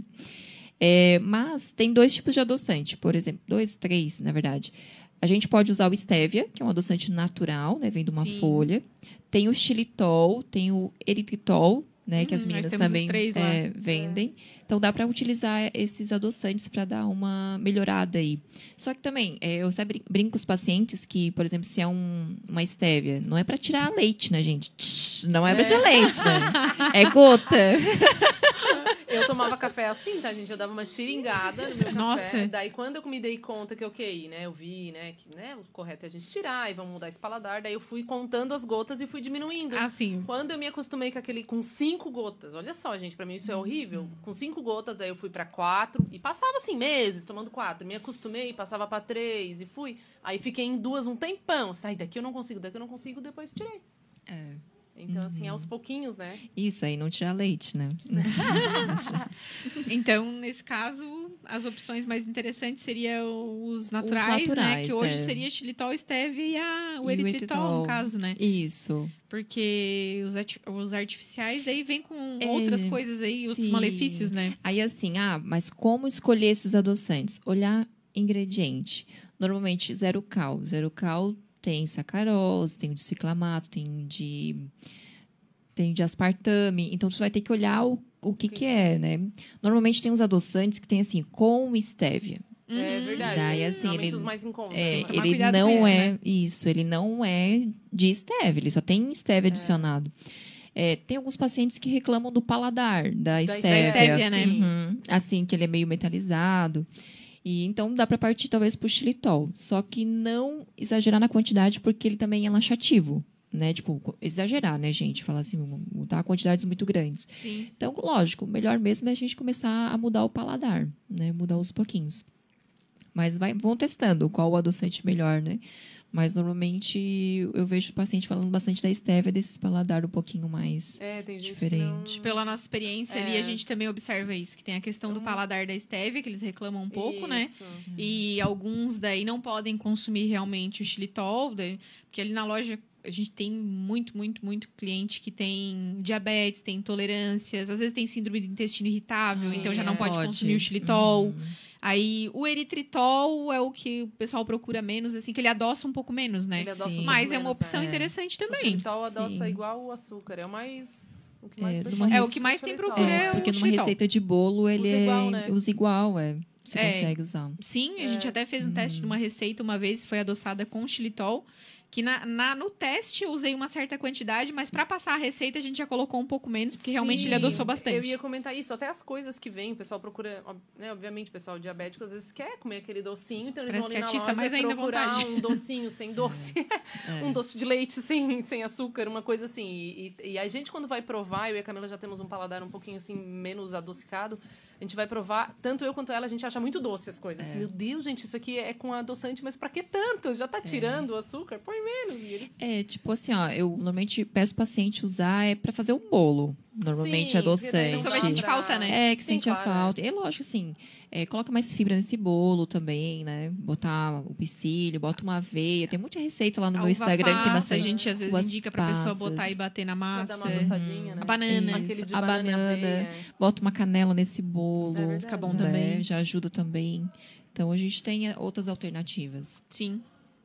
Mas tem 2 tipos de adoçante, por exemplo, 2, 3, na verdade. A gente pode usar o stevia, que é um adoçante natural, né? Vem de uma folha. Tem o xilitol, tem o eritritol, né? Que as meninas também vendem. Então, dá para utilizar esses adoçantes para dar uma melhorada aí. Só que também, eu sempre brinco com os pacientes que, por exemplo, se é uma stevia, não é para tirar leite, né, gente? Não é para tirar leite, né? É gota. Eu tomava café assim, tá, gente? Eu dava uma xiringada no meu café. Nossa. Daí, quando eu me dei conta que, né? Eu vi, né? Que o correto é a gente tirar e vamos mudar esse paladar. Daí, eu fui contando as gotas e fui diminuindo. Sim. Quando eu me acostumei com 5 gotas. Olha só, gente, pra mim isso é horrível. Com 5 gotas, aí eu fui pra 4. E passava, assim, meses tomando 4. Me acostumei, passava pra 3 e fui. Aí, fiquei em 2 um tempão. Sai, daqui eu não consigo, depois tirei. Então, assim, aos pouquinhos, né? Isso, aí não tirar leite, né? Então, nesse caso, as opções mais interessantes seriam os naturais, né? Que hoje seria xilitol, stevia e o eritritol, no caso, né? Isso. Porque os artificiais daí vem com outras coisas aí, outros malefícios, né? Aí, assim, mas como escolher esses adoçantes? Olhar ingrediente. Normalmente, zero cal. Zero cal tem sacarose, tem de ciclamato, tem de aspartame. Então, você vai ter que olhar o que é, né? Normalmente, tem uns adoçantes que tem, assim, com stevia. É verdade. Daí, assim, ele, os mais em conta. Ele não isso, ele não é de stevia, ele só tem stevia adicionado. Tem alguns pacientes que reclamam do paladar da stevia, né? Assim, que ele é meio metalizado. E então dá para partir talvez para o xilitol, só que não exagerar na quantidade porque ele também é laxativo, né? Tipo, exagerar, né, gente? Falar assim, botar quantidades muito grandes. Sim. Então, lógico, o melhor mesmo é a gente começar a mudar o paladar, né? Mudar aos pouquinhos. Mas vão testando qual o adoçante melhor, né? Mas, normalmente, eu vejo o paciente falando bastante da stevia, desses paladar um pouquinho mais tem gente diferente. Pela nossa experiência ali, a gente também observa isso, que tem a questão do paladar da stevia, que eles reclamam um pouco, né? E alguns daí não podem consumir realmente o xilitol, porque ali na loja a gente tem muito, muito, muito cliente que tem diabetes, tem intolerâncias, às vezes tem síndrome do intestino irritável, então já não pode consumir o xilitol. Aí, o eritritol é o que o pessoal procura menos, assim, que ele adoça um pouco menos, né? Ele adoça um pouco Mas é menos, uma opção interessante O também. xilitol adoça igual o açúcar, é o mais O que mais, o que mais tem procura porque numa xilitol. receita de bolo ele usa igual, né? usa igual, Você consegue usar. Sim, a gente até fez um teste de uma receita uma vez, foi adoçada com xilitol, que no teste eu usei uma certa quantidade, mas para passar a receita a gente já colocou um pouco menos, porque realmente ele adoçou bastante. Eu ia comentar isso, até as coisas que vem, o pessoal procura, né, obviamente o pessoal diabético às vezes quer comer aquele docinho, então eles Parece vão ali que na atiça loja mais ainda procurar vontade. um docinho sem doce, um doce de leite sem açúcar, uma coisa assim. E a gente quando vai provar, eu e a Camila já temos um paladar um pouquinho assim menos adocicado, a gente vai provar, tanto eu quanto ela, a gente acha muito doce as coisas. Assim, meu Deus, gente, isso aqui é com adoçante, mas pra que tanto? Já tá tirando o açúcar? Põe menos. E eles... Tipo assim, eu normalmente peço o paciente usar para fazer um bolo. Normalmente Sim, adoçante. Principalmente sente falta, né? Que Sim, sente a claro, falta. É lógico, assim, coloca mais fibra nesse bolo também, né? Botar o psyllium, bota uma aveia. Tem muita receita lá no meu Instagram que tem Passa, a bastante. gente às vezes uvas indica pra pessoa passas. botar e bater na Pra massa. dar uma adoçadinha, né? A banana. Aquele de a banana e aveia. banana. Bota uma canela nesse bolo. É verdade. Fica bom né? também. Já ajuda também. Então, a gente tem outras alternativas. Sim.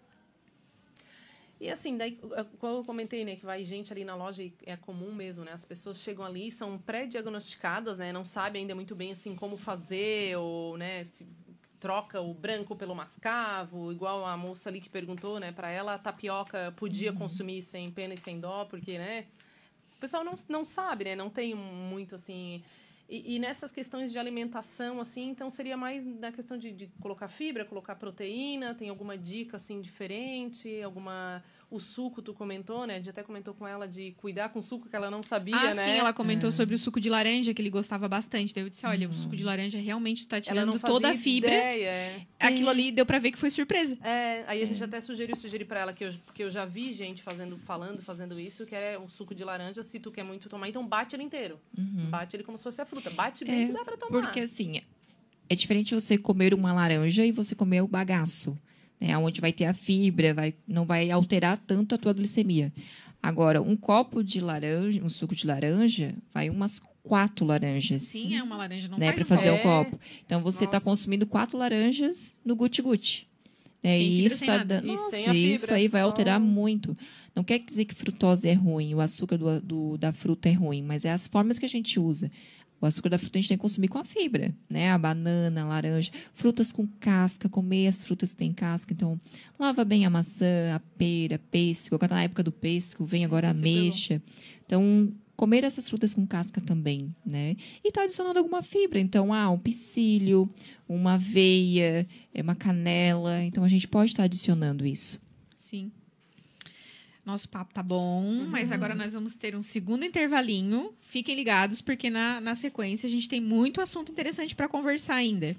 E assim, daí, como eu comentei, né, que vai gente ali na loja e é comum mesmo, né? As pessoas chegam ali, são pré-diagnosticadas, né? Não sabem ainda muito bem, assim, como fazer ou, né, se troca o branco pelo mascavo, igual a moça ali que perguntou, né, para ela a tapioca podia consumir sem pena e sem dó, porque, né, o pessoal não sabe, né, não tem muito, assim... E nessas questões de alimentação, assim, então seria mais na questão de colocar fibra, colocar proteína, tem alguma dica, assim, diferente, alguma... O suco, tu comentou, né? A gente até comentou com ela de cuidar com o suco, que ela não sabia, né? Sim, ela comentou sobre o suco de laranja, que ele gostava bastante. Daí eu disse, olha, o suco de laranja realmente tá Ela não tirando fazia toda a fibra. ideia. Aquilo ali deu pra ver que foi surpresa. Aí a gente até sugeri pra ela, porque eu já vi gente fazendo isso, que é um suco de laranja, se tu quer muito tomar, então bate ele inteiro. Bate ele como se fosse a fruta. Bate bem que dá pra tomar. Porque, assim, é diferente você comer uma laranja e você comer o bagaço, né? Onde vai ter a fibra, não vai alterar tanto a tua glicemia. Agora, um copo de laranja, um suco de laranja, vai umas 4 laranjas. Sim, é uma laranja, não né, faz para um fazer copo. o copo. Então, você está consumindo 4 laranjas no guti-guti. Sem E fibra, isso sem tá nada. dando. E sem Nossa, a fibra, isso aí vai só- alterar muito. Não quer dizer que frutose é ruim, o açúcar da fruta é ruim, mas é as formas que a gente usa. O açúcar da fruta a gente tem que consumir com a fibra, né? A banana, a laranja, frutas com casca, comer as frutas que têm casca. Então, lava bem a maçã, a pera, pêssego. Agora, na época do pêssego, vem agora a ameixa. Então, comer essas frutas com casca também, né? E tá adicionando alguma fibra. Então, um psyllium, uma aveia, uma canela. Então, a gente pode estar adicionando isso. Sim. Nosso papo tá bom, mas agora nós vamos ter um segundo intervalinho. Fiquem ligados, porque na sequência a gente tem muito assunto interessante para conversar ainda.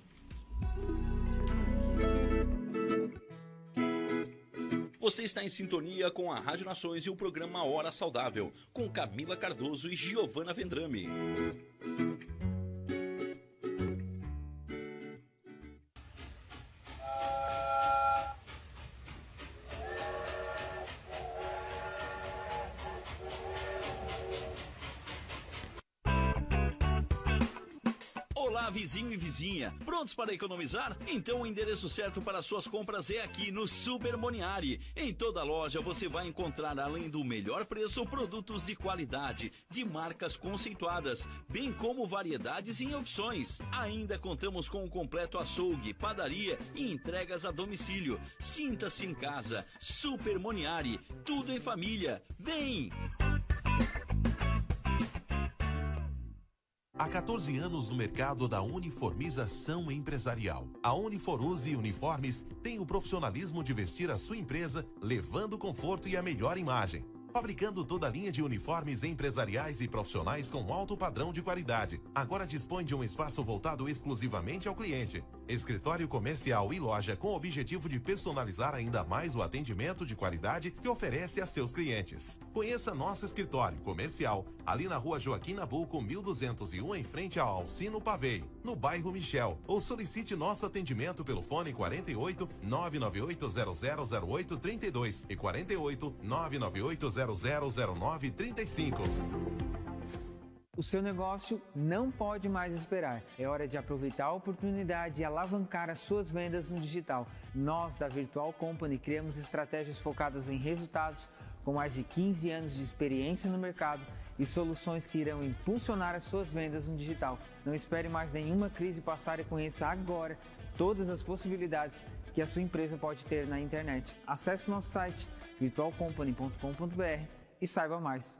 Você está em sintonia com a Rádio Nações e o programa Hora Saudável, com Camila Cardoso e Giovana Vendrame. Olá, vizinho e vizinha. Prontos para economizar? Então o endereço certo para suas compras é aqui no Super Moniari. Em toda loja você vai encontrar, além do melhor preço, produtos de qualidade, de marcas conceituadas, bem como variedades e opções. Ainda contamos com um completo açougue, padaria e entregas a domicílio. Sinta-se em casa. Super Moniari. Tudo em família. Vem! Há 14 anos no mercado da uniformização empresarial. A Uniforuse Uniformes tem o profissionalismo de vestir a sua empresa, levando conforto e a melhor imagem. Fabricando toda a linha de uniformes empresariais e profissionais com alto padrão de qualidade. Agora dispõe de um espaço voltado exclusivamente ao cliente. Escritório comercial e loja com o objetivo de personalizar ainda mais o atendimento de qualidade que oferece a seus clientes. Conheça nosso escritório comercial ali na rua Joaquim Nabuco, 1201, em frente ao Alcino Pavei, no bairro Michel. Ou solicite nosso atendimento pelo fone 48 998 0008 32 e 48 998 000935. O seu negócio não pode mais esperar. É hora de aproveitar a oportunidade e alavancar as suas vendas no digital. Nós, da Virtual Company, criamos estratégias focadas em resultados com mais de 15 anos de experiência no mercado e soluções que irão impulsionar as suas vendas no digital. Não espere mais nenhuma crise passar e conheça agora todas as possibilidades que a sua empresa pode ter na internet. Acesse o nosso site virtualcompany.com.br e saiba mais.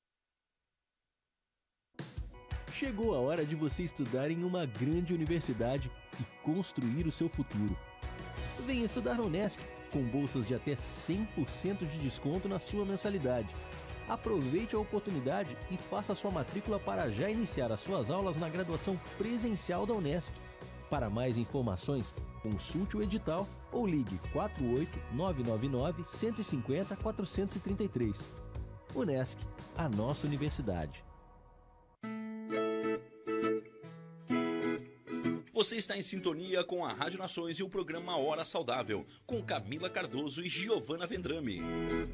Chegou a hora de você estudar em uma grande universidade e construir o seu futuro. Venha estudar na Unesc, com bolsas de até 100% de desconto na sua mensalidade. Aproveite a oportunidade e faça sua matrícula para já iniciar as suas aulas na graduação presencial da Unesc. Para mais informações, consulte o edital ou ligue 48 999 150 433. Unesc, a nossa universidade. Você está em sintonia com a Rádio Nações e o programa Hora Saudável, com Camila Cardoso e Giovana Vendrame.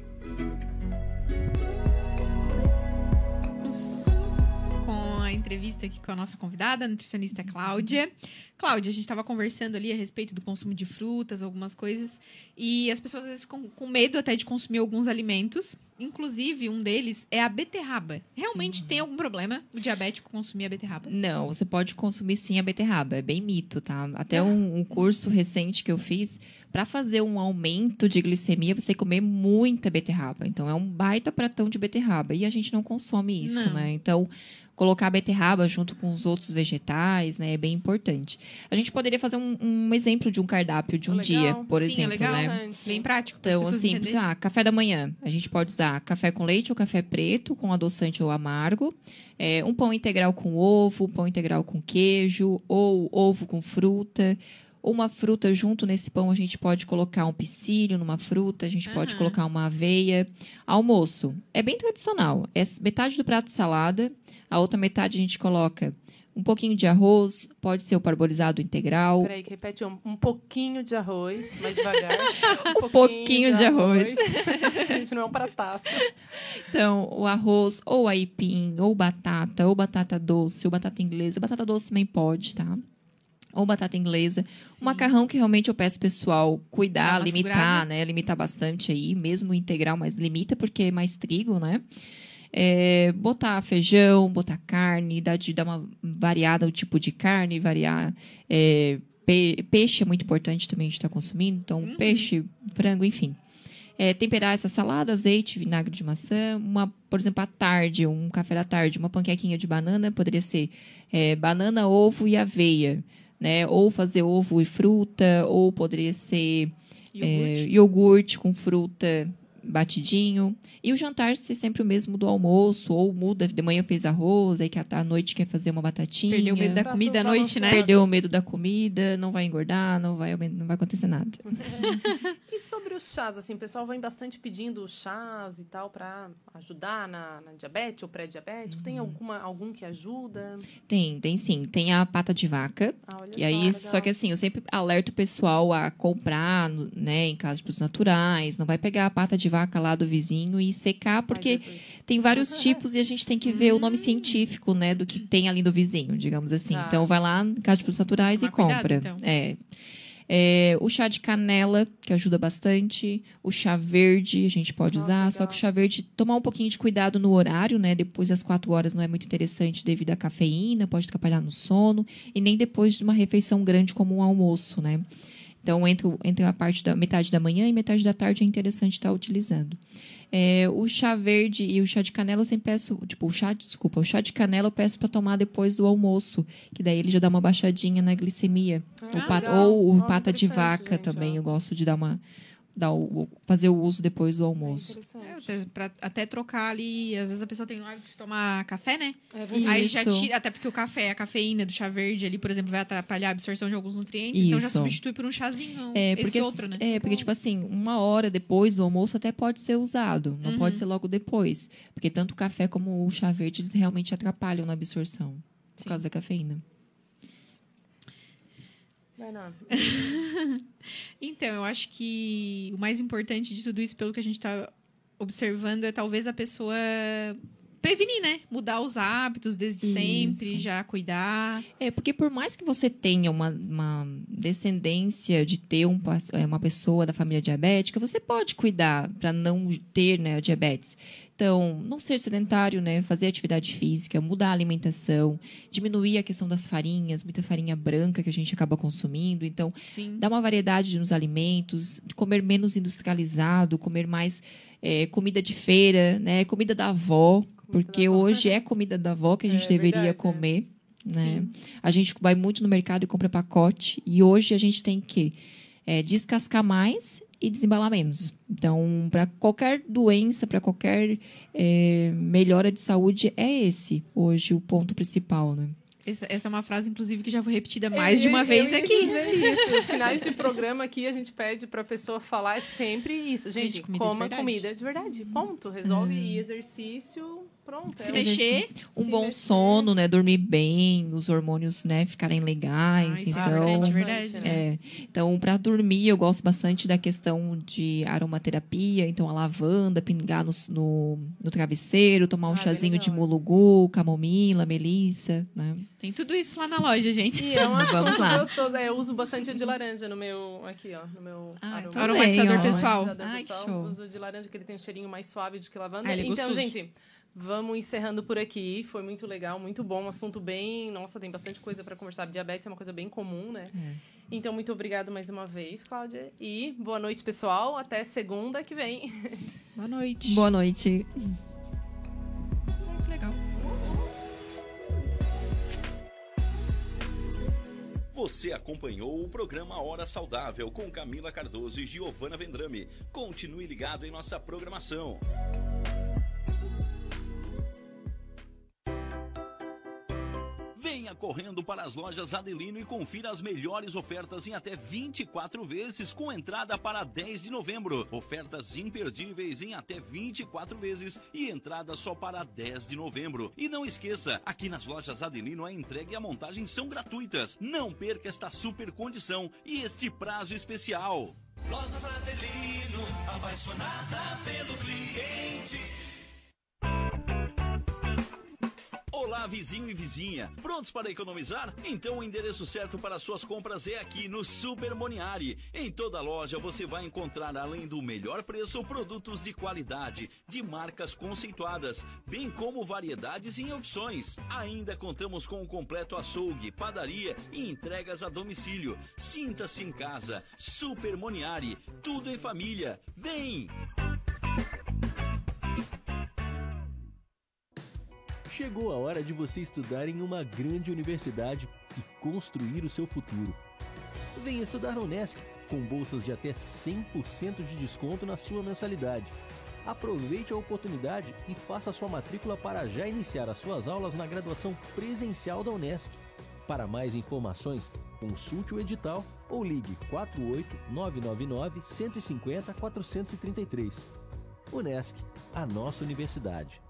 Com a entrevista aqui com a nossa convidada, a nutricionista Cláudia. Cláudia, a gente estava conversando ali a respeito do consumo de frutas, algumas coisas, e as pessoas às vezes ficam com medo até de consumir alguns alimentos. Inclusive, um deles é a beterraba. Realmente tem algum problema o diabético consumir a beterraba? Não, você pode consumir sim a beterraba. É bem mito, tá? Até um curso recente que eu fiz, para fazer um aumento de glicemia, você tem que comer muita beterraba. Então, é um baita pratão de beterraba. E a gente não consome isso, né? Então, colocar a beterraba junto com os outros vegetais, né? É bem importante. A gente poderia fazer um exemplo de um cardápio de um dia, por exemplo, é legal, né? Bem prático. Então, assim, café da manhã. A gente pode usar café com leite ou café preto, com adoçante ou amargo. Um pão integral com ovo, pão integral com queijo, ou ovo com fruta. Ou uma fruta junto nesse pão, a gente pode colocar um psyllium numa fruta, a gente pode colocar uma aveia. Almoço. É bem tradicional. É metade do prato de salada, a outra metade a gente coloca um pouquinho de arroz, pode ser o parbolizado integral. Peraí, que repete um pouquinho de arroz, mais devagar. Um pouquinho de arroz. A gente não é um prataço. Então, o arroz, ou aipim, ou batata doce, ou batata inglesa. Batata doce também pode, tá? Ou batata inglesa. Sim. O macarrão, que realmente eu peço pessoal cuidar, limitar, né? Limitar bastante aí, mesmo integral, mas limita porque é mais trigo, né? Botar feijão, botar carne, dar uma variada no tipo de carne, variar. Peixe é muito importante também a gente estar consumindo, então peixe, frango, enfim. Temperar essa salada, azeite, vinagre de maçã, por exemplo, à tarde, um café da tarde, uma panquequinha de banana, poderia ser banana, ovo e aveia, né? Ou fazer ovo e fruta, ou poderia ser iogurte com fruta batidinho. E o jantar ser sempre o mesmo do almoço, ou muda, de manhã fez arroz, aí que à noite quer fazer uma batatinha. Perdeu o medo da comida à noite, né? Perdeu o medo da comida, não vai engordar, não vai acontecer nada. E sobre os chás, assim, o pessoal vem bastante pedindo chás e tal para ajudar na diabetes ou pré-diabético. Tem algum que ajuda? Tem sim. Tem a pata de vaca. E aí, só que assim, eu sempre alerto o pessoal a comprar, né, em casa de produtos naturais. Não vai pegar a pata de vaca lá do vizinho e secar, porque tem vários tipos e a gente tem que ver o nome científico, né, do que tem ali do vizinho, digamos assim. Então, vai lá em casa de produtos naturais e compra. Cuidado, então. O chá de canela, que ajuda bastante. O chá verde, a gente pode usar. Legal. Só que o chá verde, tomar um pouquinho de cuidado no horário, né? Depois das 4 horas não é muito interessante devido à cafeína, pode atrapalhar no sono. E nem depois de uma refeição grande como um almoço, né? Então, entre a parte da metade da manhã e metade da tarde é interessante estar utilizando. O chá verde e o chá de canela eu sempre peço... o chá de canela eu peço para tomar depois do almoço, que daí ele já dá uma baixadinha na glicemia. Ou o pata de vaca, gente, também, eu gosto de fazer o uso depois do almoço. Pra até trocar ali, às vezes a pessoa tem o hábito de tomar café, né? Aí já tira, até porque o café, a cafeína do chá verde ali, por exemplo, vai atrapalhar a absorção de alguns nutrientes, então já substitui por um chazinho, esse outro, né? Porque, tipo assim, 1 hora depois do almoço até pode ser usado, não pode ser logo depois. Porque tanto o café como o chá verde, eles realmente atrapalham na absorção, por causa da cafeína. Vai não. Então, eu acho que o mais importante de tudo isso, pelo que a gente está observando, é talvez a pessoa prevenir, né? Mudar os hábitos desde sempre, já cuidar. Porque por mais que você tenha uma descendência de ter uma pessoa da família diabética, você pode cuidar para não ter, né, a diabetes. Então, não ser sedentário, né? Fazer atividade física, mudar a alimentação, diminuir a questão das farinhas, muita farinha branca que a gente acaba consumindo. Então, dar uma variedade nos alimentos, comer menos industrializado, comer mais comida de feira, né? Comida da avó, porque hoje é comida da avó que a gente deveria comer. Né? A gente vai muito no mercado e compra pacote, e hoje a gente tem que descascar mais e desembalar menos. Então, para qualquer doença, para qualquer melhora de saúde, é esse hoje o ponto principal, né? Essa é uma frase, inclusive, que já foi repetida mais de uma vez aqui. Dizer isso. Finais de programa aqui, a gente pede pra pessoa falar sempre isso. Gente, coma comida de verdade. Ponto. Resolve. E exercício, pronto. Se mexer. Bom sono, né? Dormir bem, os hormônios, né? Ficarem legais. Então, de verdade, né? Então, pra dormir, eu gosto bastante da questão de aromaterapia. Então, a lavanda, pingar no travesseiro, tomar um chazinho de mulugu, camomila, melissa, né? Tem tudo isso lá na loja, gente. E é um assunto gostoso. Eu uso bastante o de laranja no meu aromatizador pessoal. Uso o de laranja, que ele tem um cheirinho mais suave do que lavanda. Então, gente, vamos encerrando por aqui. Foi muito legal, muito bom. Um assunto bem... Nossa, tem bastante coisa para conversar. Diabetes é uma coisa bem comum, né? Então, muito obrigada mais uma vez, Cláudia. E boa noite, pessoal. Até segunda que vem. Boa noite. Boa noite. Que legal. Você acompanhou o programa Hora Saudável com Camila Cardoso e Giovana Vendrame. Continue ligado em nossa programação. Venha correndo para as lojas Adelino e confira as melhores ofertas em até 24 vezes com entrada para 10 de novembro. Ofertas imperdíveis em até 24 vezes e entrada só para 10 de novembro. E não esqueça, aqui nas lojas Adelino a entrega e a montagem são gratuitas. Não perca esta super condição e este prazo especial. Lojas Adelino, apaixonada pelo cliente. Olá, vizinho e vizinha. Prontos para economizar? Então o endereço certo para suas compras é aqui no Super Moniari. Em toda loja você vai encontrar, além do melhor preço, produtos de qualidade, de marcas conceituadas, bem como variedades e opções. Ainda contamos com um completo açougue, padaria e entregas a domicílio. Sinta-se em casa. Super Moniari. Tudo em família. Vem! Chegou a hora de você estudar em uma grande universidade e construir o seu futuro. Venha estudar na Unesc, com bolsas de até 100% de desconto na sua mensalidade. Aproveite a oportunidade e faça sua matrícula para já iniciar as suas aulas na graduação presencial da Unesc. Para mais informações, consulte o edital ou ligue 48-999-150-433. Unesc, a nossa universidade.